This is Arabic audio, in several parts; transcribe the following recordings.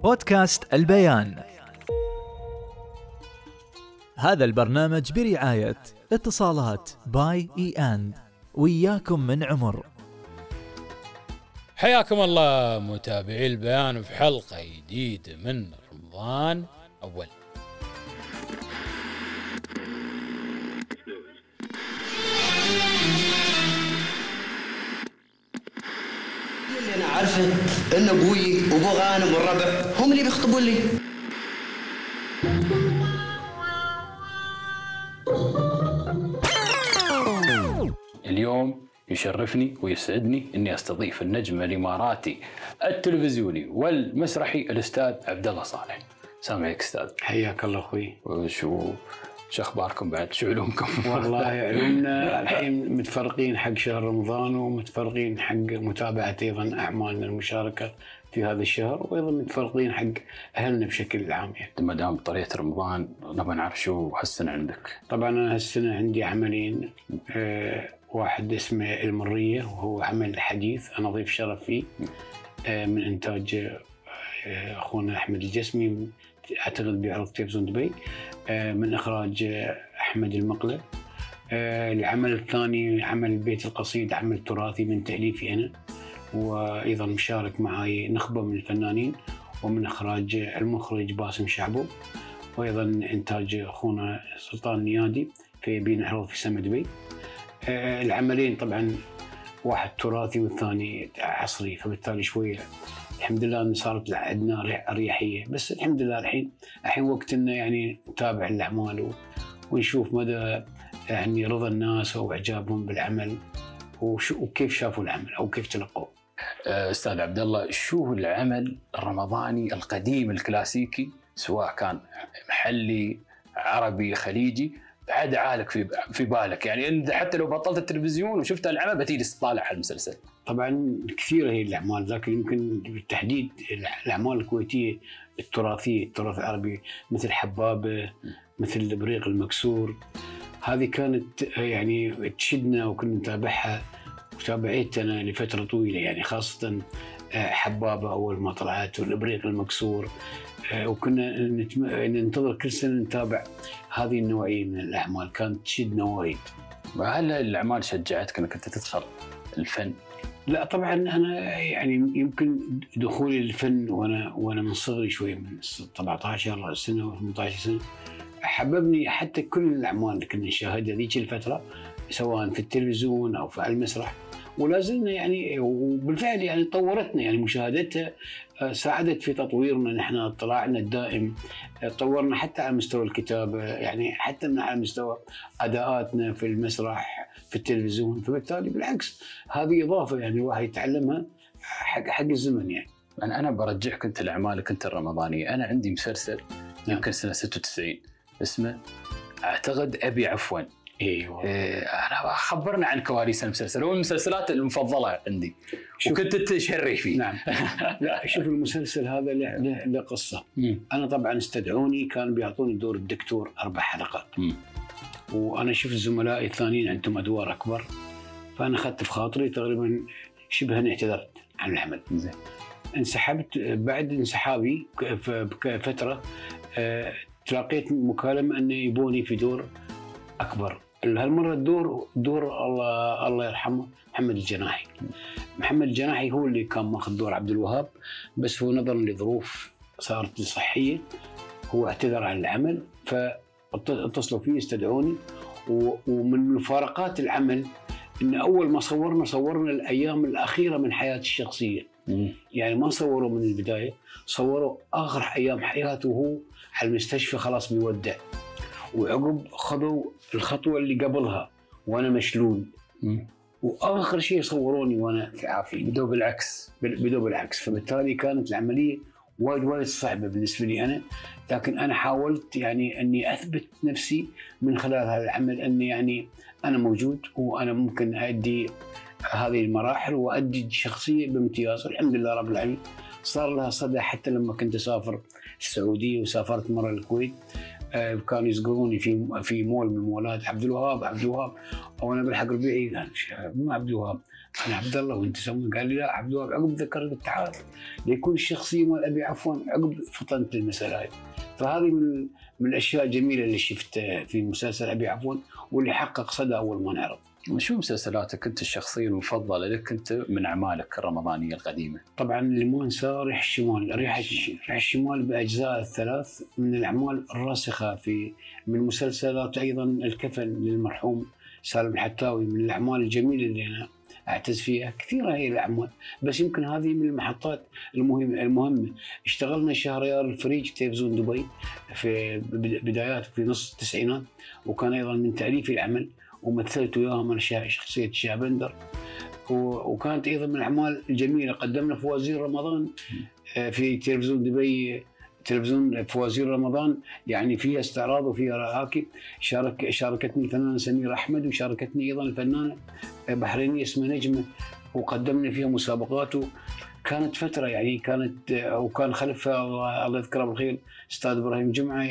بودكاست البيان. هذا البرنامج برعاية اتصالات باي اي وياكم من عمر. حياكم الله متابعي البيان في حلقة جديدة من رمضان أول. اللي أنا عارفه إن أبوي وأبو غانم والربع هم اللي بيخطبون لي. اليوم يشرفني ويسعدني أني أستضيف النجم الإماراتي التلفزيوني والمسرحي الأستاذ عبد الله صالح. سامعك أستاذ. حياك الله أخوي. شو أخباركم بعد؟ شو علومكم؟ والله علومنا الحين متفرقين حق شهر رمضان ومتفرقين حق متابعة أيضا أعمالنا المشاركة في هذا الشهر، وأيضا متفرقين حق أهلنا بشكل عام. يعني ما دام بطريقة رمضان نبغى نعرف شو هالسنة عندك. طبعا أنا هالسنة عندي عملين، واحد اسمه المرية وهو عمل حديث أنا ضيف شرف فيه، من إنتاج أخونا أحمد الجسمي، أعتقد بيعرض تلفزيون دبي، من إخراج أحمد المقلة. العمل الثاني عمل بيت القصيد، عمل تراثي من تأليفي أنا، وأيضا مشارك معي نخبة من الفنانين، ومن إخراج المخرج باسم شعبو، وأيضا إنتاج أخونا سلطان نيادي في بينعرض في سما دبي. العملين طبعا واحد تراثي والثاني عصري، فبالتالي شوية الحمد لله أن صارت عندنا أريحية، بس الحمد لله الحين وقت إنه يعني نتابع الأعمال ونشوف مدى يعني رضا الناس وإعجابهم بالعمل وكيف شافوا العمل أو كيف تلقوه. أستاذ عبد الله، شو العمل الرمضاني القديم الكلاسيكي سواء كان محلي عربي خليجي بعد عالك في بالك، يعني أنت حتى لو بطلت التلفزيون وشفت العمل بتيجي تطالع على المسلسل؟ طبعا كثيرة هي الأعمال، لكن يمكن بالتحديد الأعمال الكويتية التراثية، التراث العربي، مثل حبابة، مثل الإبريق المكسور، هذه كانت يعني تشدنا وكنا نتابعها، وتابعت أنا لفترة طويلة، يعني خاصة حبابة أول ما طلعت والإبريق المكسور، وكنا ننتظر كل سنة نتابع هذه النوعية من الأعمال، كانت تشدنا وايد. وهل الأعمال شجعتك أنك أنت تدخل الفن؟ لا طبعا أنا يعني يمكن دخولي للفن وأنا من صغري شوي، من 17 سنة و 18 سنة، حببني حتى كل الأعمال اللي كنا نشاهدها ذيك الفترة، سواء في التلفزيون أو في المسرح، ولازلنا يعني، وبالفعل يعني طورتنا، يعني مشاهدتها ساعدت في تطويرنا، نحن اطلاعنا الدائم، طورنا حتى على مستوى الكتابة، يعني حتى على مستوى أداءاتنا في المسرح في التلفزيون، فبالتالي بالعكس هذه إضافة يعني الواحد يتعلمها حق الزمن. يعني أنا برجعك أنت لأعمالك أنت الرمضانية. أنا عندي مسلسل يمكن سنة 96 اسمه أعتقد أبي عفوا. ايوه. أنا خبرنا عن كواليس المسلسل، هو المسلسلات المفضلة عندي وكنت تشري فيه. نعم. لا شوف المسلسل هذا له قصة. أنا طبعا استدعوني، كانوا بيعطوني دور الدكتور 4 حلقات، وأنا شفت زملائي الثانيين عندهم أدوار أكبر، فأنا أخذت في خاطري تقريبا شبه اعتذرت عن العمل. انسحبت. بعد انسحابي فترة تلاقيت مكالمة أن يبوني في دور أكبر، هالمرة دور الله يرحمه محمد الجناحي. محمد الجناحي هو اللي كان ماخذ دور عبد الوهاب، بس هو نظرا لظروف صارت صحية هو اعتذر عن العمل، فاتصلوا فيه استدعوني. ومن مفارقات العمل إن أول ما صورنا الأيام الأخيرة من حياته الشخصية، يعني ما صوروا من البداية، صوروا آخر أيام حياته وهو على المستشفى خلاص بيودع، وعقب خذوا الخطوة اللي قبلها وأنا مشلول، وآخر شيء صوروني وأنا في عافية، بدوا بالعكس. فبالتالي كانت العملية وايد صعبة بالنسبة لي أنا، لكن أنا حاولت يعني أني أثبت نفسي من خلال هذا العمل أني يعني أنا موجود وأنا ممكن أدي هذه المراحل وأدي شخصية بامتياز. والحمد لله رب العالمين صار لها صدى، حتى لما كنت أسافر السعودية وسافرت مرة الكويت كانوا يصقروني في مول من المولات، عبد الوهاب، او انا بالحق ربيعي. قال مو عبد الوهاب، انا عبد الله وانت سمون. قال لي لا عبد الوهاب. عقب ذكرت بالتعارف ليكون الشخصيه مال ابي عفوا. عقب فطنت المساله هاي. فهذه من الاشياء الجميله اللي شفت في مسلسل ابي عفوا، واللي حقق صدى اول ما نعرض. شو مسلسلاتك انت الشخصيه المفضله لك انت من اعمالك الرمضانيه القديمه؟ طبعا اللي ما انسى ريح الشمال. ريح الشمال باجزاء الثلاث من الاعمال الراسخه من مسلسلات. ايضا الكفن للمرحوم سالم الحتاوي من الاعمال الجميله اللي انا اعتز فيها. كثيره هي الاعمال، بس يمكن هذه من المحطات المهمه. اشتغلنا شهريار الفريج تلفزيون دبي في بدايات في نص التسعينات، وكان ايضا من تاليفي العمل، ومثلت وياهم انا شخصيه شابندر. وكانت ايضا من الاعمال الجميله. قدمنا فوازير رمضان في تلفزيون دبي، تلفزيون فوازير رمضان، يعني فيها استعراض وفيها رهاكي. شاركتني الفنانه سميره احمد، وشاركتني ايضا الفنانه بحرينيه اسمها نجمه، وقدمنا فيها مسابقات. كانت فتره يعني كانت، وكان خلفها الله يذكره بالخير استاذ ابراهيم جمعه.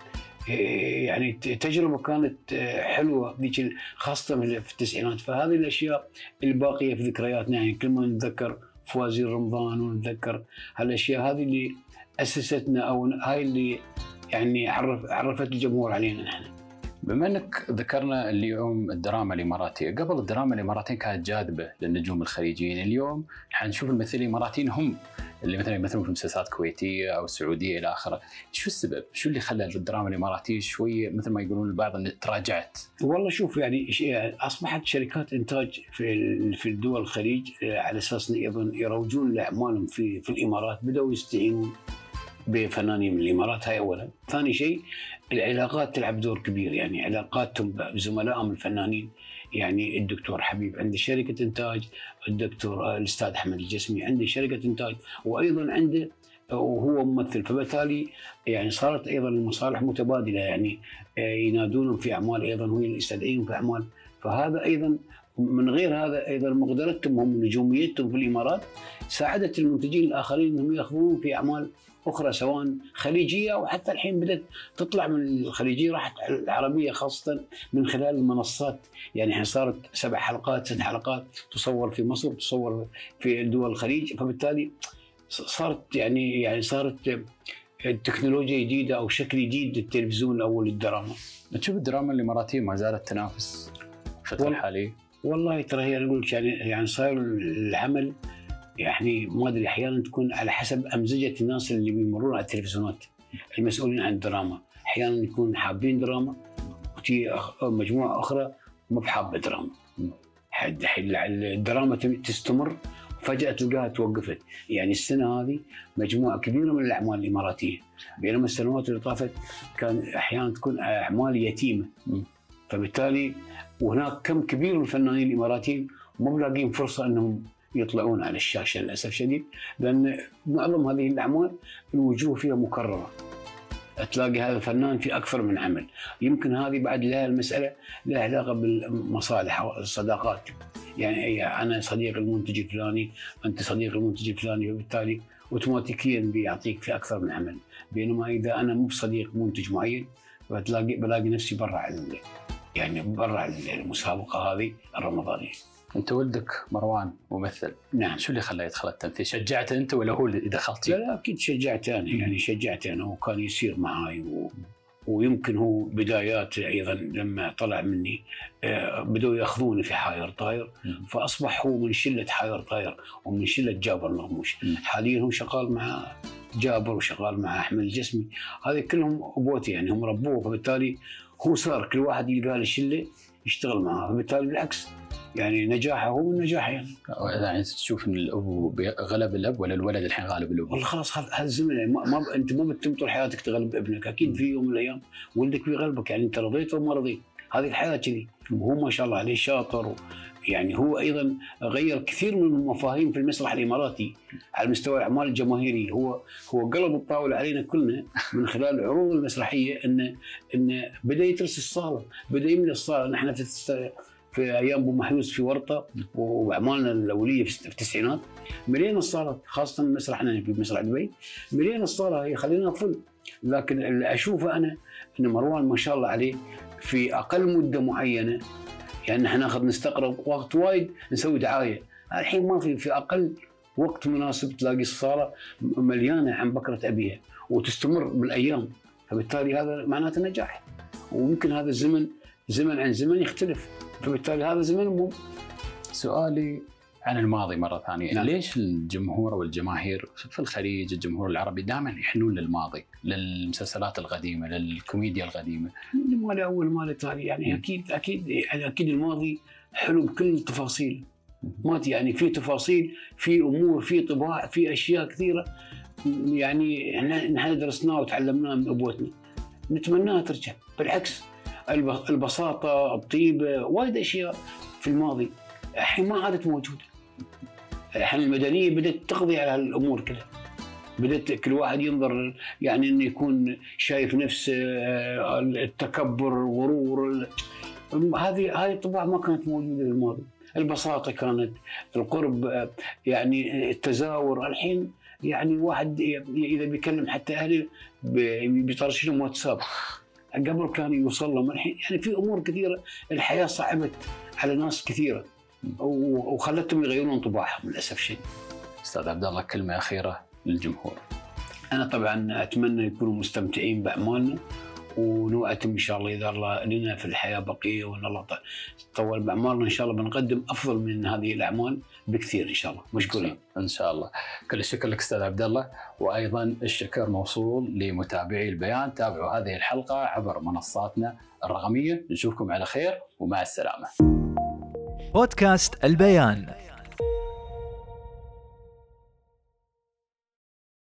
يعني تجربه كانت حلوه ذيك، خاصه في التسعينات. فهذه الاشياء الباقيه في ذكرياتنا، يعني كل ما نتذكر فوازير رمضان ونتذكر هالاشياء هذه اللي اسستنا، او هاي اللي يعني عرفت الجمهور علينا نحن. بما انك ذكرنا اليوم الدراما الاماراتيه، قبل الدراما الاماراتيه كانت جاذبه للنجوم الخليجيين. اليوم حنشوف الممثلين الاماراتيين هم اللي مثلا يمثلون في مسلسلات كويتيه او سعوديه الى اخره. شو السبب؟ شو اللي خلى الدراما الاماراتيه شويه مثل ما يقولون البعض ان تراجعت؟ والله شوف، يعني اصبحت شركات انتاج في الدول الخليج على اساس ايضا يروجون لاعمالهم في الامارات، بداوا يستعينون بفنانين من الامارات. هاي اولا. ثاني شيء العلاقات تلعب دور كبير، يعني علاقاتهم بزملائهم الفنانين. يعني الدكتور حبيب عنده شركه انتاج، الدكتور الاستاذ احمد الجسمي عنده شركه انتاج، وايضا عنده وهو ممثل. فبالتالي يعني صارت ايضا المصالح متبادله، يعني ينادونهم في اعمال، ايضا هو يستدعيهم في اعمال. فهذا ايضا من غير هذا ايضا مقدرتهم هم ونجوميتهم في الامارات ساعدت المنتجين الاخرين انهم ياخذون في اعمال اخرى سواء خليجيه، وحتى الحين بدات تطلع من الخليجيه راحت العربيه، خاصه من خلال المنصات. يعني الحين صارت 7 حلقات 6 حلقات تصور في مصر، تصور في دول الخليج. فبالتالي صارت يعني صارت التكنولوجيا جديده او شكل جديد للتلفزيون او للدراما. تشوف الدراما الاماراتيه ما زالت تنافس الفتره الحاليه؟ والله ترى هي، انا اقول لك يعني صاير العمل، يعني ما ادري احيانا تكون على حسب امزجه الناس اللي بيمرون على التلفزيونات المسؤولين عن الدراما. احيانا يكون حابين دراما، وتي مجموعه اخرى ما بحابه دراما. الدراما تستمر فجاه تلقاها توقفت. يعني السنه هذه مجموعه كبيره من الاعمال الاماراتيه، بينما السنوات اللي طافت كان احيانا تكون اعمال يتيمه. فبالتالي وهناك كم كبير من الفنانين الاماراتيين مو بلاقين فرصه انهم يطلعون على الشاشه للاسف شديد، لان معظم هذه الاعمال الوجوه فيها مكرره. تلاقي هذا الفنان في اكثر من عمل. يمكن هذه بعد لها المساله لها علاقه بالمصالح او الصداقات. يعني انا صديق المنتج الفلاني، انت صديق المنتج الفلاني، وبالتالي اوتوماتيكيا بيعطيك في اكثر من عمل. بينما اذا انا مو صديق منتج معين بلاقي نفسي برا المسابقه هذه الرمضانيه. انت ولدك مروان ممثل. نعم. شو اللي خلاه يدخل التمثيل؟ شجعته انت ولا هو اللي دخلت؟ لا اكيد شجعته انا، يعني شجعته انا، وكان يسير معي ويمكن هو بدايات ايضا لما طلع مني بدأوا ياخذوني في حاير طاير، فاصبح هو من شله حاير طاير ومن شله جابر نغموش. حاليا هو شغال مع جابر وشغال مع احمد الجسمي، هذه كلهم ابوتي، يعني هم ربوه. فبالتالي هو صار كل واحد يلقى له شله يشتغل معاه، فبالتالي بالعكس يعني نجاحه هو من نجاحي يعني. يعني تشوف ان الاب غلب الاب ولا الولد الحين غالب الاب؟ والله خلاص هذا الزمن، انت ما بتتم طول حياتك تغلب ابنك، اكيد في يوم من الايام ولدك بيغلبك، يعني انت رضيت او ما رضيت، هذه الحياه كذي. وهو ما شاء الله عليه شاطر، يعني هو ايضا غير كثير من المفاهيم في المسرح الاماراتي على مستوى الاعمال الجماهيري. هو قلب الطاوله علينا كلنا من خلال العروض المسرحيه، ان بدا يترس الصاله، بدا يملى الصاله. نحن في ايام ابو محيوس في ورطه واعمالنا الاوليه في التسعينات ملينا الصاله، خاصه مسرحنا في مسرح دبي ملينا الصاله، هي خلينا فل. لكن اللي اشوفه انا ان مروان ما شاء الله عليه في اقل مده معينه، يعني احنا نستغرق وقت وايد نسوي دعايه، الحين ما في اقل وقت مناسب تلاقي الصاله مليانه عن بكره ابيها وتستمر بالايام، فبالتالي هذا معناته نجاح. ويمكن هذا زمن عن زمن يختلف، فبالتالي هذا زمن مهم. سؤالي عن الماضي مرة ثانية، نعم. ليش الجمهور والجماهير في الخليج، الجمهور العربي دائما يحنون للماضي، للمسلسلات القديمة، للكوميديا القديمة؟ الماضي أول مال ثاني، يعني أكيد الماضي حلو بكل التفاصيل. ما يعني في تفاصيل، في أمور، في طباع، في أشياء كثيرة يعني احنا درسناها وتعلمناها من أبوتنا، نتمناها ترجع. بالعكس البساطة، الطيبة، وايد أشياء في الماضي الحين ما عادت موجودة. الحين المدنية بدأت تقضي على الأمور كلها، بدأت كل واحد ينظر يعني إنه يكون شايف نفسه، التكبر، الغرور، هذه الطباع ما كانت موجودة في الماضي. البساطة كانت، القرب، يعني التزاور. الحين يعني واحد إذا بيكلم حتى أهله بيطرش لهم واتساب، قبل كان يوصل لهم. الحين يعني في أمور كثيرة الحياة صعبت على ناس كثيرة وخلتهم يغيرون طباعهم للأسف الشديد. أستاذ عبد الله، كلمة أخيرة للجمهور. أنا طبعا أتمنى يكونوا مستمتعين بأعمالنا، ونوعدهم إن شاء الله إذا الله لنا في الحياة بقية وإن الله طول بأعمالنا إن شاء الله بنقدم أفضل من هذه الأعمال بكثير إن شاء الله. مشكورين إن شاء الله. كل الشكر لك أستاذ عبد الله، وأيضا الشكر موصول لمتابعي البيان. تابعوا هذه الحلقة عبر منصاتنا الرقمية. نشوفكم على خير ومع السلامة. بودكاست البيان.